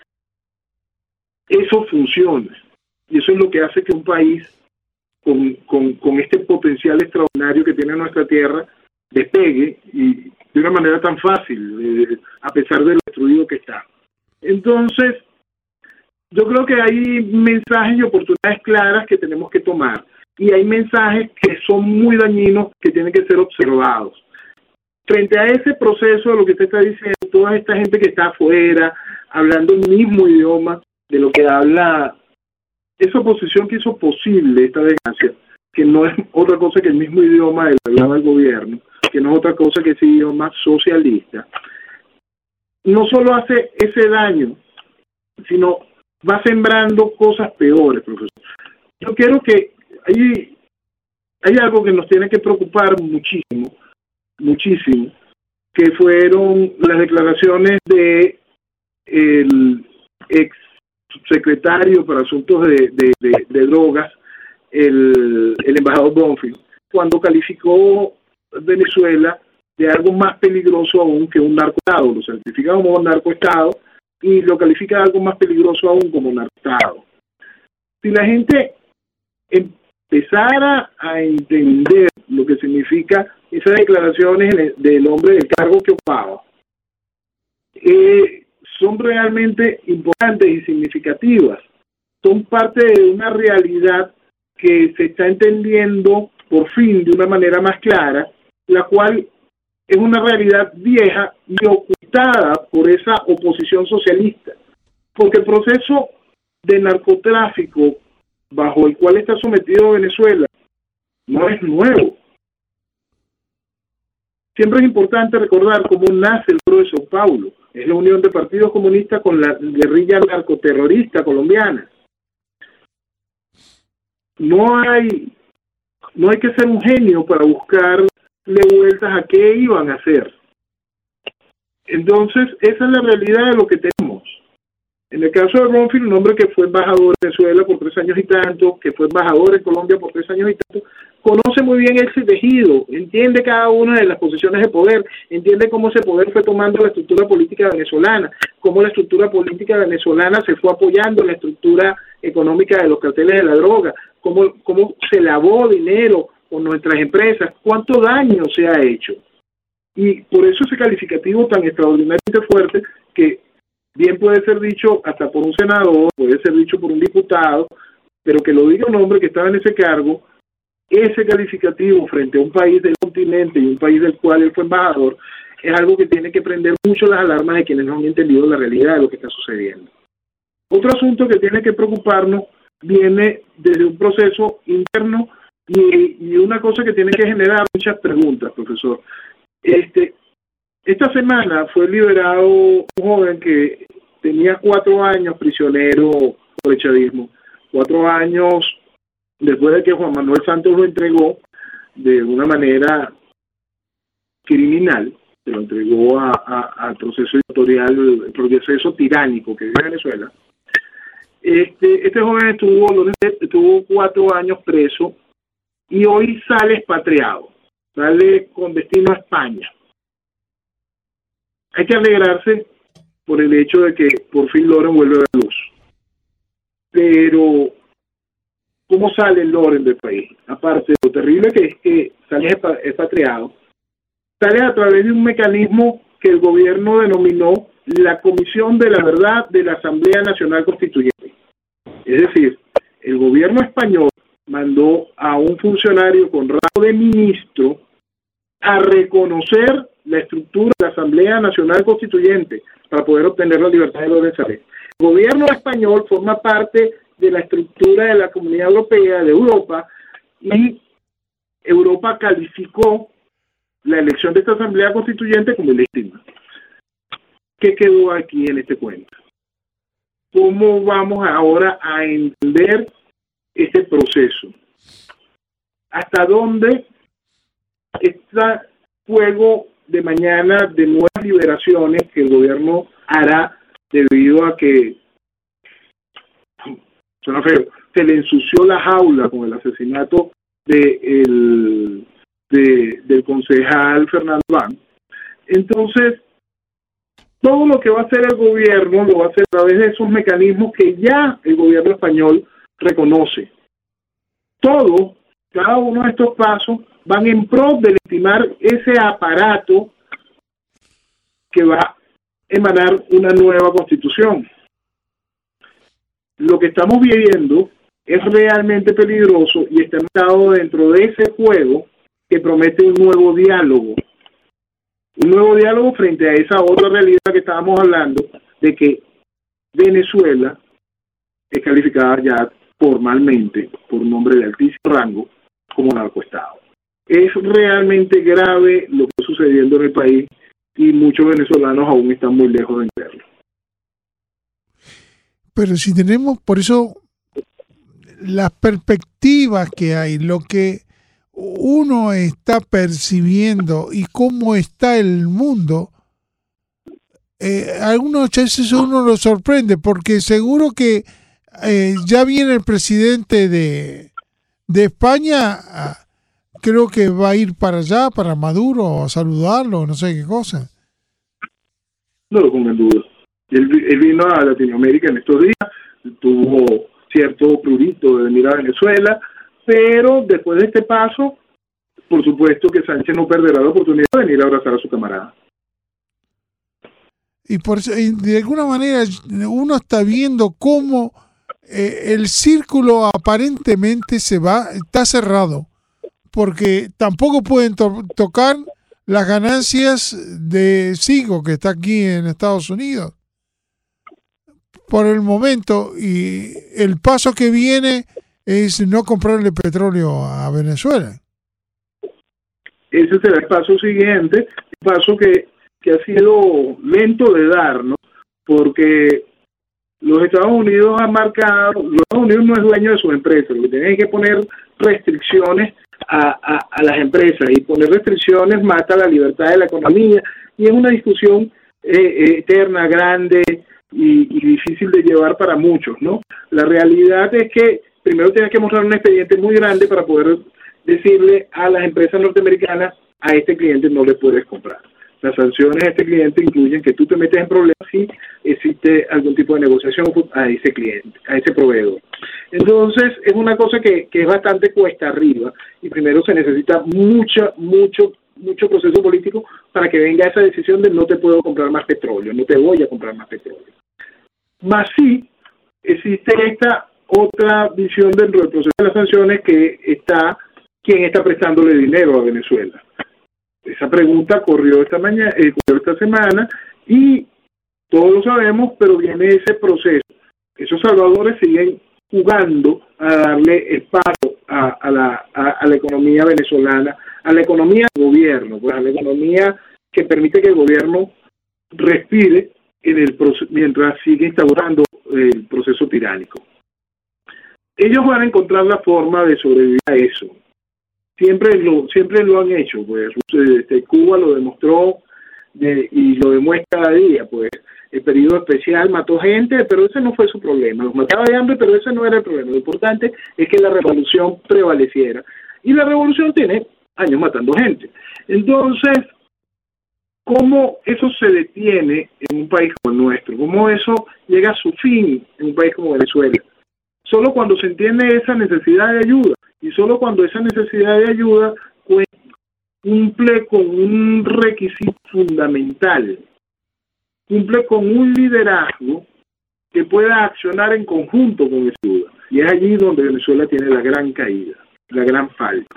Eso funciona, y eso es lo que hace que un país con este potencial extraordinario que tiene nuestra tierra despegue y de una manera tan fácil, a pesar de lo destruido que está. Entonces, yo creo que hay mensajes y oportunidades claras que tenemos que tomar, y hay mensajes que son muy dañinos que tienen que ser observados. Frente a ese proceso de lo que usted está diciendo, toda esta gente que está afuera, hablando el mismo idioma de lo que habla esa oposición que hizo posible esta desgracia, que no es otra cosa que el mismo idioma del que hablaba el gobierno, que no es otra cosa que ese idioma socialista, no solo hace ese daño, sino va sembrando cosas peores, profesor. Yo quiero que hay algo que nos tiene que preocupar muchísimo, muchísimo, que fueron las declaraciones de el ex subsecretario para asuntos de drogas, el embajador Bromfield, cuando calificó Venezuela de algo más peligroso aún que un narcoestado. Lo certifica como un narcoestado y lo califica de algo más peligroso aún como un narcoestado. Si la gente empezara a entender lo que significa esas declaraciones del hombre del cargo que ocupaba, son realmente importantes y significativas. Son parte de una realidad que se está entendiendo por fin de una manera más clara, la cual es una realidad vieja y ocultada por esa oposición socialista. Porque el proceso de narcotráfico bajo el cual está sometido Venezuela no es nuevo. Siempre es importante recordar cómo nace el Foro de Sao Paulo. Es la unión de partidos comunistas con la guerrilla narcoterrorista colombiana. No hay que ser un genio para buscarle vueltas a qué iban a hacer. Entonces, esa es la realidad de lo que tenemos. En el caso de Bromfield, un hombre que fue embajador en Venezuela por 3 años y tanto, que fue embajador en Colombia por 3 años y tanto, conoce muy bien ese tejido, entiende cada una de las posiciones de poder, entiende cómo ese poder fue tomando la estructura política venezolana, cómo la estructura política venezolana se fue apoyando en la estructura económica de los carteles de la droga, cómo se lavó dinero con nuestras empresas, cuánto daño se ha hecho. Y por eso ese calificativo tan extraordinariamente fuerte, que bien puede ser dicho hasta por un senador, puede ser dicho por un diputado, pero que lo diga un hombre que estaba en ese cargo, ese calificativo frente a un país del continente y un país del cual él fue embajador, es algo que tiene que prender mucho las alarmas de quienes no han entendido la realidad de lo que está sucediendo. Otro asunto que tiene que preocuparnos viene desde un proceso interno y una cosa que tiene que generar muchas preguntas, profesor. Esta semana fue liberado un joven que tenía 4 años prisionero por el chavismo, 4 años después de que Juan Manuel Santos lo entregó de una manera criminal, se lo entregó al proceso dictatorial, el proceso tiránico que vive Venezuela. Este joven estuvo 4 años preso y hoy sale expatriado, sale con destino a España. Hay que alegrarse por el hecho de que por fin Loren vuelve a la luz. Pero, ¿cómo sale Loren del país? Aparte de lo terrible que es que sale expatriado, sale a través de un mecanismo que el gobierno denominó la Comisión de la Verdad de la Asamblea Nacional Constituyente. Es decir, el gobierno español mandó a un funcionario con rango de ministro a reconocer la estructura de la Asamblea Nacional Constituyente para poder obtener la libertad de Loren Saleh. El gobierno español forma parte de la estructura de la Comunidad Europea, de Europa, y Europa calificó la elección de esta Asamblea Constituyente como ilegítima. ¿Qué quedó aquí en este cuento? ¿Cómo vamos ahora a entender este proceso? ¿Hasta dónde está juego de mañana de nuevas liberaciones que el gobierno hará debido a que, suena feo, se le ensució la jaula con el asesinato del concejal Fernando Ban? Entonces, todo lo que va a hacer el gobierno lo va a hacer a través de esos mecanismos que ya el gobierno español reconoce. Cada uno de estos pasos van en pro de legitimar ese aparato que va a emanar una nueva constitución. Lo que estamos viviendo es realmente peligroso y está enmarcado dentro de ese juego que promete un nuevo diálogo. Un nuevo diálogo frente a esa otra realidad que estábamos hablando, de que Venezuela es calificada ya formalmente por un hombre de altísimo rango como narcoestado. Es realmente grave lo que está sucediendo en el país y muchos venezolanos aún están muy lejos de entenderlo. Pero si tenemos, por eso, las perspectivas que hay, lo que uno está percibiendo y cómo está el mundo, algunas veces uno lo sorprende, porque seguro que ya viene el presidente de España, creo que va a ir para allá, para Maduro, a saludarlo, no sé qué cosa. No lo pongo en duda. Él vino a Latinoamérica en estos días, tuvo cierto prurito de venir a Venezuela, pero después de este paso, por supuesto que Sánchez no perderá la oportunidad de venir a abrazar a su camarada. Y por de alguna manera uno está viendo cómo el círculo aparentemente está cerrado, porque tampoco pueden tocar las ganancias de Sigo, que está aquí en Estados Unidos por el momento, y el paso que viene es no comprarle petróleo a Venezuela. Ese será el paso siguiente, un paso que ha sido lento de dar, ¿no? Porque los Estados Unidos han marcado, los Estados Unidos no es dueño de sus empresas, lo que tienen es que poner restricciones a las empresas, y poner restricciones mata la libertad de la economía, y es una discusión eterna, grande y difícil de llevar para muchos, ¿no? La realidad es que primero tienes que mostrar un expediente muy grande para poder decirle a las empresas norteamericanas: a este cliente no le puedes comprar. Las sanciones a este cliente incluyen que tú te metes en problemas si existe algún tipo de negociación a ese cliente, a ese proveedor. Entonces, es una cosa que es bastante cuesta arriba, y primero se necesita mucho proceso político para que venga esa decisión de no te puedo comprar más petróleo, no te voy a comprar más petróleo. Más sí, existe esta otra visión dentro del proceso de las sanciones, que está quién está prestándole dinero a Venezuela. Esa pregunta corrió esta semana, y todos lo sabemos, pero viene ese proceso. Esos salvadores siguen jugando a darle espacio a la economía venezolana, a la economía del gobierno, pues a la economía que permite que el gobierno respire mientras sigue instaurando el proceso tiránico. Ellos van a encontrar la forma de sobrevivir a eso. Siempre lo han hecho, pues Cuba lo demostró y lo demuestra cada día, pues el periodo especial mató gente, pero ese no fue su problema, los mataba de hambre, pero ese no era el problema. Lo importante es que la revolución prevaleciera, y la revolución tiene años matando gente. Entonces, ¿cómo eso se detiene en un país como el nuestro? ¿Cómo eso llega a su fin en un país como Venezuela? Solo cuando se entiende esa necesidad de ayuda, y solo cuando esa necesidad de ayuda cumple con un requisito fundamental, cumple con un liderazgo que pueda accionar en conjunto con esa ayuda. Y es allí donde Venezuela tiene la gran caída, la gran falta.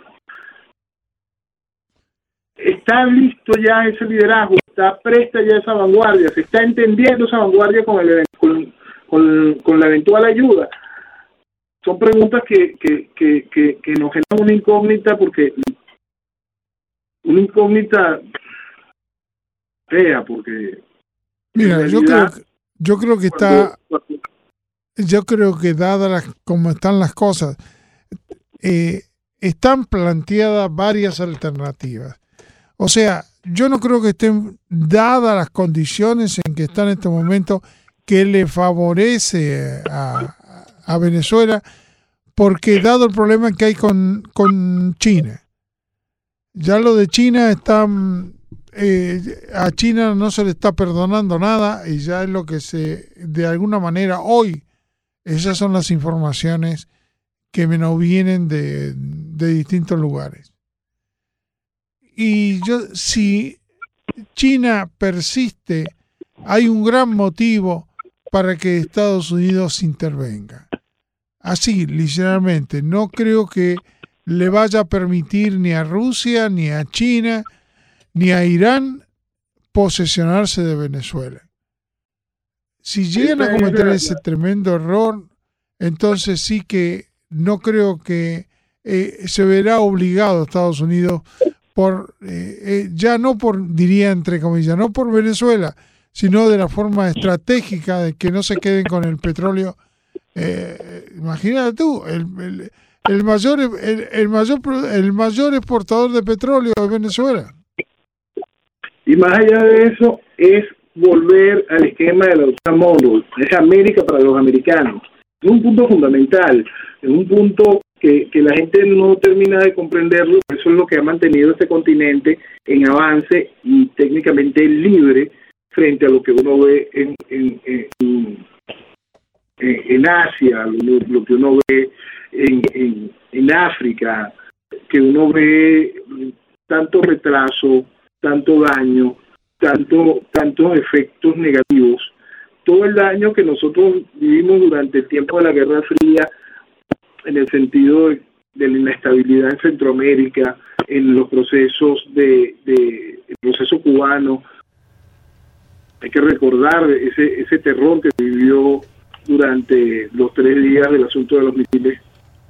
Está listo ya ese liderazgo, está presta ya esa vanguardia, se está entendiendo esa vanguardia con la eventual ayuda. son preguntas que nos generan una incógnita, porque una incógnita fea, porque mira, yo creo que dadas como están las cosas, están planteadas varias alternativas. O sea, yo no creo que estén dadas las condiciones en que están en este momento que le favorece a Venezuela, porque dado el problema que hay con China, ya lo de China está, a China no se le está perdonando nada, y ya es lo que de alguna manera hoy, esas son las informaciones que nos vienen de distintos lugares. Y si China persiste, hay un gran motivo para que Estados Unidos intervenga. Así, literalmente, no creo que le vaya a permitir ni a Rusia, ni a China, ni a Irán posesionarse de Venezuela. Si llegan a cometer ese tremendo error, entonces sí que no creo que se verá obligado Estados Unidos ya no diría entre comillas, no por Venezuela, sino de la forma estratégica de que no se queden con el petróleo. Imagínate tú, el mayor exportador de petróleo de Venezuela. Y más allá de eso, es volver al esquema de la Ocean Model, es América para los americanos. Es un punto fundamental, es un punto que la gente no termina de comprenderlo. Eso es lo que ha mantenido este continente en avance y técnicamente libre frente a lo que uno ve en Asia, lo que uno ve en África, que uno ve tanto retraso, tanto daño, tantos efectos negativos, todo el daño que nosotros vivimos durante el tiempo de la Guerra Fría, en el sentido de la inestabilidad en Centroamérica, en los procesos el proceso cubano. Hay que recordar ese terror que se vivió durante los 3 días del asunto de los misiles.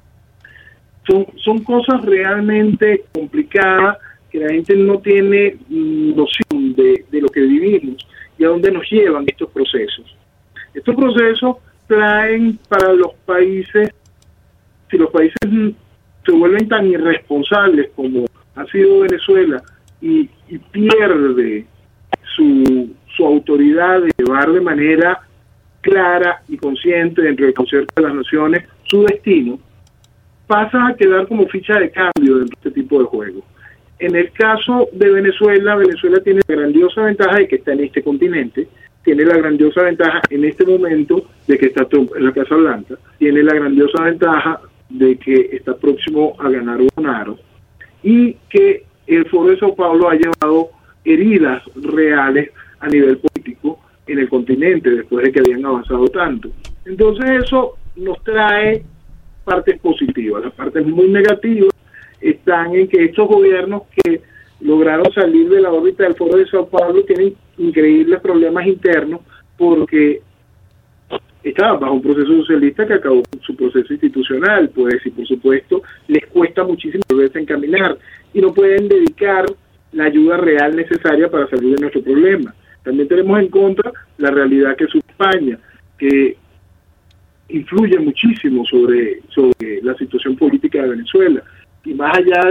Son cosas realmente complicadas que la gente no tiene noción de lo que vivimos y a dónde nos llevan estos procesos. Estos procesos traen para los países, si los países se vuelven tan irresponsables como ha sido Venezuela y pierde su autoridad de llevar de manera clara y consciente dentro del concierto de las naciones su destino, pasa a quedar como ficha de cambio dentro de este tipo de juegos. En el caso de Venezuela tiene la grandiosa ventaja de que está en este continente, tiene la grandiosa ventaja en este momento de que está Trump en la Casa Blanca, tiene la grandiosa ventaja de que está próximo a ganar Bolsonaro, y que el Foro de Sao Paulo ha llevado heridas reales a nivel político en el continente después de que habían avanzado tanto. Entonces eso nos trae partes positivas. Las partes muy negativas están en que estos gobiernos que lograron salir de la órbita del Foro de Sao Paulo tienen increíbles problemas internos, porque estaban bajo un proceso socialista que acabó su proceso institucional, pues, y por supuesto les cuesta muchísimo volverse a encaminar y no pueden dedicar la ayuda real necesaria para salir de nuestro problema. También tenemos en contra la realidad que es España, que influye muchísimo sobre la situación política de Venezuela, y más allá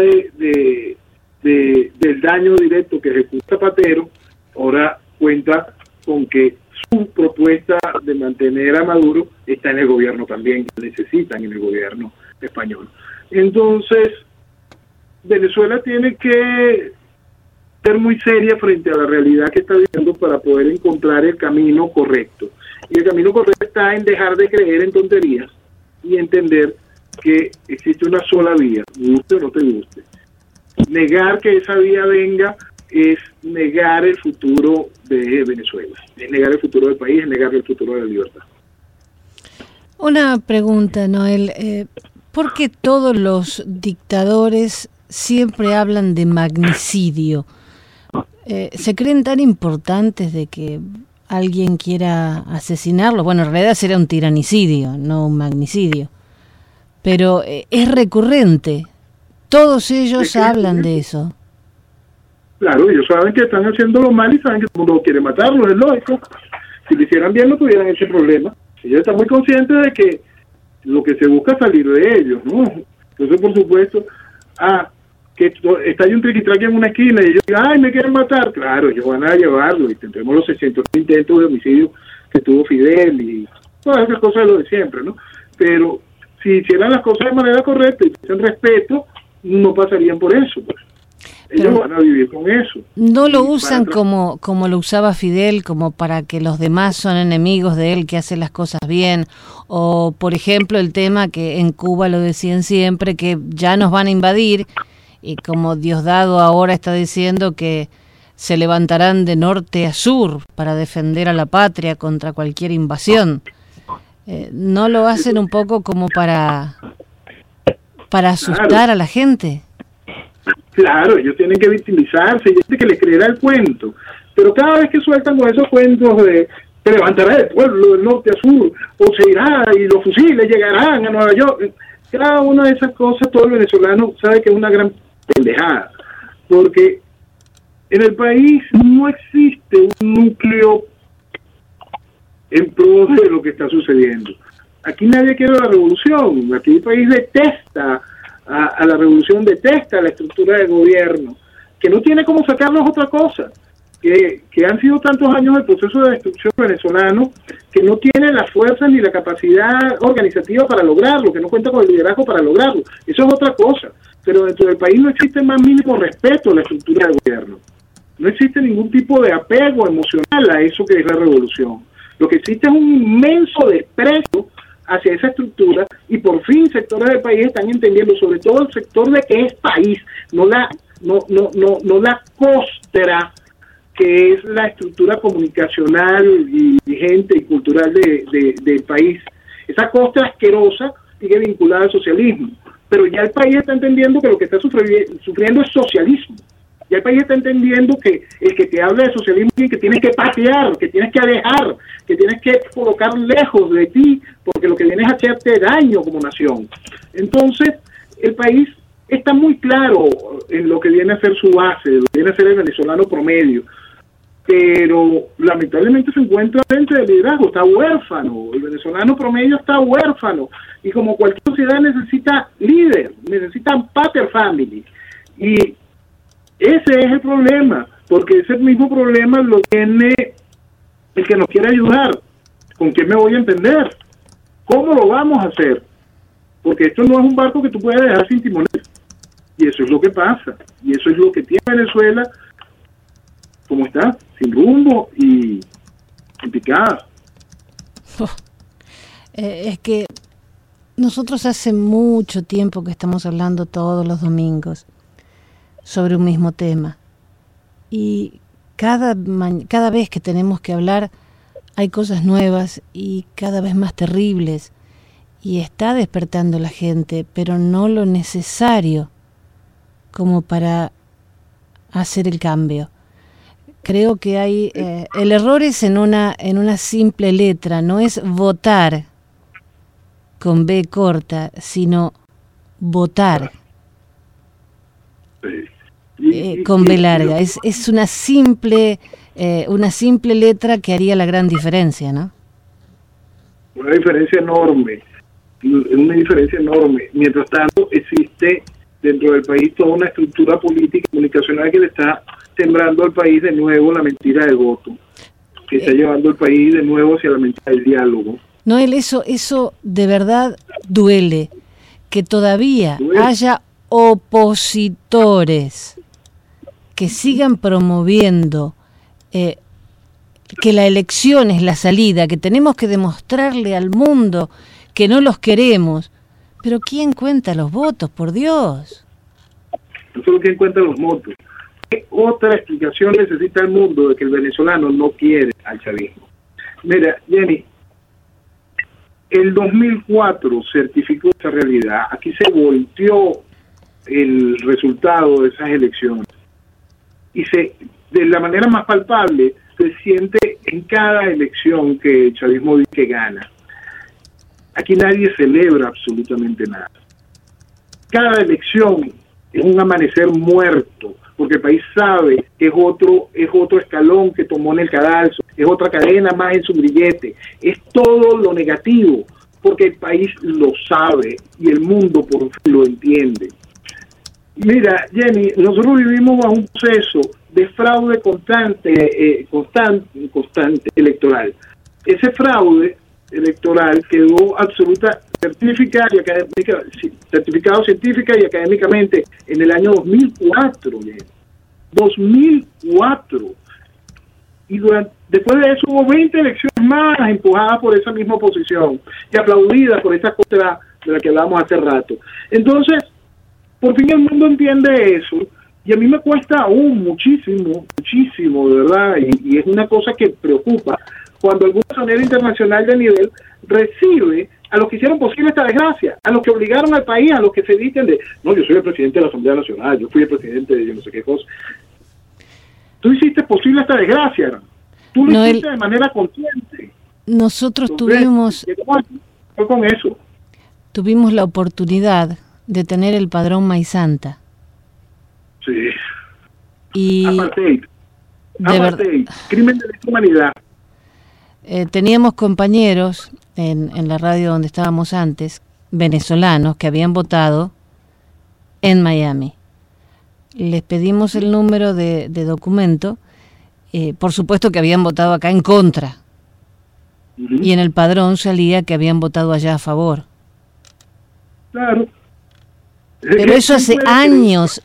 del daño directo que ejecuta Zapatero, ahora cuenta con que su propuesta de mantener a Maduro está en el gobierno también, que necesitan en el gobierno español. Entonces, Venezuela tiene que ser muy seria frente a la realidad que está viviendo para poder encontrar el camino correcto. Y el camino correcto está en dejar de creer en tonterías y entender que existe una sola vía, guste o no te guste. Negar que esa vía venga es negar el futuro de Venezuela, es negar el futuro del país, es negar el futuro de la libertad. Una pregunta, Noel. ¿Por qué todos los dictadores siempre hablan de magnicidio? ¿Se creen tan importantes de que alguien quiera asesinarlo? Bueno, en realidad será un tiranicidio, no un magnicidio. pero es recurrente. Todos ellos hablan de eso. Claro, ellos saben que están haciéndolo mal y saben que todo el mundo quiere matarlos, es lógico. Si lo hicieran bien no tuvieran ese problema. Ellos están muy conscientes de que lo que se busca es salir de ellos, ¿no? Entonces, por supuesto, que está ahí un triquitraque en una esquina y ellos digan, ¡ay, me quieren matar! Claro, ellos van a llevarlo y tendremos los 600 intentos de homicidio que tuvo Fidel y todas esas cosas de lo de siempre, ¿no? Pero si hicieran las cosas de manera correcta y tuviesen respeto, no pasarían por eso, pues. Ellos van a vivir con eso. No lo usan como lo usaba Fidel, como para que los demás son enemigos de él, que hace las cosas bien. O, por ejemplo, el tema que en Cuba lo decían siempre, que ya nos van a invadir, y como Diosdado ahora está diciendo que se levantarán de norte a sur para defender a la patria contra cualquier invasión. ¿No lo hacen un poco como para asustar a la gente? Claro, ellos tienen que victimizarse, y hay que les creerá el cuento. Pero cada vez que sueltan con esos cuentos de se levantará el pueblo del norte a sur, o se irá y los fusiles llegarán a Nueva York, cada una de esas cosas todo el venezolano sabe que es una gran pendejada, porque en el país no existe un núcleo en pro de lo que está sucediendo. Aquí nadie quiere la revolución, aquí el país detesta a la revolución, detesta la estructura de gobierno, que no tiene cómo sacarlos otra cosa, que han sido tantos años el proceso de destrucción venezolano, que no tiene la fuerza ni la capacidad organizativa para lograrlo, que no cuenta con el liderazgo para lograrlo. Eso es otra cosa, pero dentro del país no existe más mínimo respeto a la estructura del gobierno. No existe ningún tipo de apego emocional a eso que es la revolución. Lo que existe es un inmenso desprecio hacia esa estructura, y por fin sectores del país están entendiendo, sobre todo el sector de que es país, no la costra que es la estructura comunicacional y vigente y cultural del país. Esa costra asquerosa sigue vinculada al socialismo, pero ya el país está entendiendo que lo que está sufriendo es socialismo. Ya el país está entendiendo que el que te habla de socialismo es que tienes que patear, que tienes que alejar, que tienes que colocar lejos de ti, porque lo que viene es hacerte daño como nación. Entonces, el país está muy claro en lo que viene a ser su base, lo que viene a ser el venezolano promedio, pero lamentablemente se encuentra frente del liderazgo, está huérfano, el venezolano promedio está huérfano, y como cualquier sociedad necesita líder, necesita pater family, y ese es el problema, porque ese mismo problema lo tiene el que nos quiere ayudar. ¿Con quién me voy a entender? ¿Cómo lo vamos a hacer? Porque esto no es un barco que tú puedes dejar sin timonel. Y eso es lo que pasa. Y eso es lo que tiene Venezuela, como está, sin rumbo y en picada. Es que nosotros hace mucho tiempo que estamos hablando todos los domingos sobre un mismo tema, y cada vez que tenemos que hablar hay cosas nuevas y cada vez más terribles, y está despertando la gente, pero no lo necesario como para hacer el cambio. Creo que hay el error es en una simple letra, no es votar con B corta, sino votar con B larga. Es una simple letra que haría la gran diferencia, ¿no? Una diferencia enorme. Mientras tanto, existe dentro del país toda una estructura política y comunicacional que le está sembrando al país de nuevo la mentira del voto, que está llevando al país de nuevo hacia la mentira del diálogo. Noel, eso de verdad duele, que todavía haya opositores que sigan promoviendo que la elección es la salida, que tenemos que demostrarle al mundo que no los queremos. Pero ¿quién cuenta los votos, por Dios? No solo quién cuenta los votos. ¿Qué otra explicación necesita el mundo de que el venezolano no quiere al chavismo? Mira, Jenny, el 2004 certificó esa realidad. Aquí se volteó el resultado de esas elecciones. Y de la manera más palpable se siente en cada elección que el chavismo dice que gana. Aquí nadie celebra absolutamente nada. Cada elección es un amanecer muerto, porque el país sabe que es otro escalón que tomó en el cadalso, es otra cadena más en su grillete, es todo lo negativo, porque el país lo sabe y el mundo por fin lo entiende. Mira, Jenny, nosotros vivimos bajo un proceso de fraude constante electoral. Ese fraude electoral quedó certificado científica y académicamente en el año 2004, Jenny. 2004. Y después de eso hubo 20 elecciones más empujadas por esa misma oposición y aplaudidas por esa cosa de la que hablábamos hace rato. Entonces, por fin el mundo entiende eso, y a mí me cuesta aún muchísimo, de verdad, y es una cosa que preocupa cuando algún sonero internacional de nivel recibe a los que hicieron posible esta desgracia, a los que obligaron al país, a los que se dicen de, no, yo soy el presidente de la Asamblea Nacional, yo fui el presidente de yo no sé qué cosa. Tú hiciste posible esta desgracia, tú lo hiciste de manera consciente. Nosotros fue con eso. Tuvimos la oportunidad de tener el padrón Maizanta. Sí. Y apartheid, crimen de lesa humanidad. Teníamos compañeros en la radio donde estábamos antes, venezolanos, que habían votado en Miami. Les pedimos el número de documento, por supuesto que habían votado acá en contra, y en el padrón salía que habían votado allá a favor. Claro. Pero eso hace años.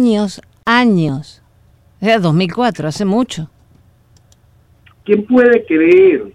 Era 2004, hace mucho. ¿Quién puede creer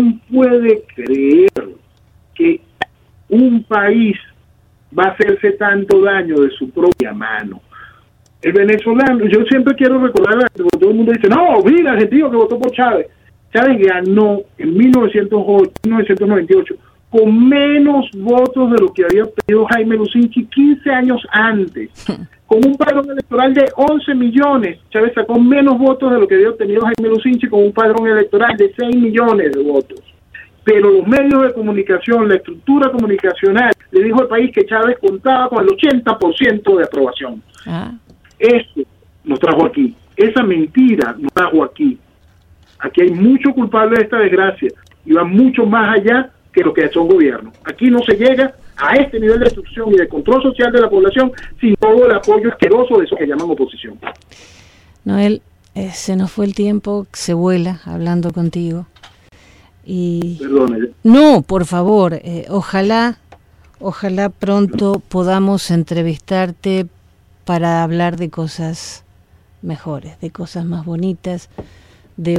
que un país va a hacerse tanto daño de su propia mano? El venezolano, yo siempre quiero recordar, todo el mundo dice, no, mira, el argentino que votó por Chávez. Chávez ganó en 1998 con menos votos de lo que había pedido Jaime Lucinchi 15 años antes. Con un padrón electoral de 11 millones, Chávez sacó menos votos de lo que había obtenido Jaime Lucinchi con un padrón electoral de 6 millones de votos. Pero los medios de comunicación, la estructura comunicacional, le dijo al país que Chávez contaba con el 80% de aprobación. Eso nos trajo aquí. Esa mentira nos trajo aquí. Aquí hay mucho culpable de esta desgracia y va mucho más allá que lo que son gobiernos. Aquí no se llega a este nivel de destrucción y de control social de la población sin todo el apoyo asqueroso de eso que llaman oposición. Noel, se nos fue el tiempo, se vuela hablando contigo. Y perdone. No, por favor, ojalá pronto podamos entrevistarte para hablar de cosas mejores, de cosas más bonitas, de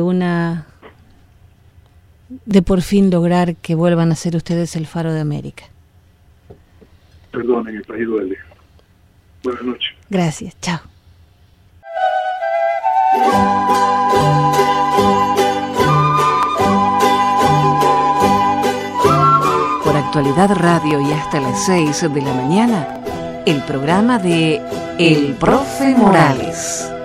por fin lograr que vuelvan a ser ustedes el faro de América. Perdonen, el país duele. Buenas noches. Gracias, chao. Por Actualidad Radio y hasta las 6 de la mañana, el programa de El Profe Morales.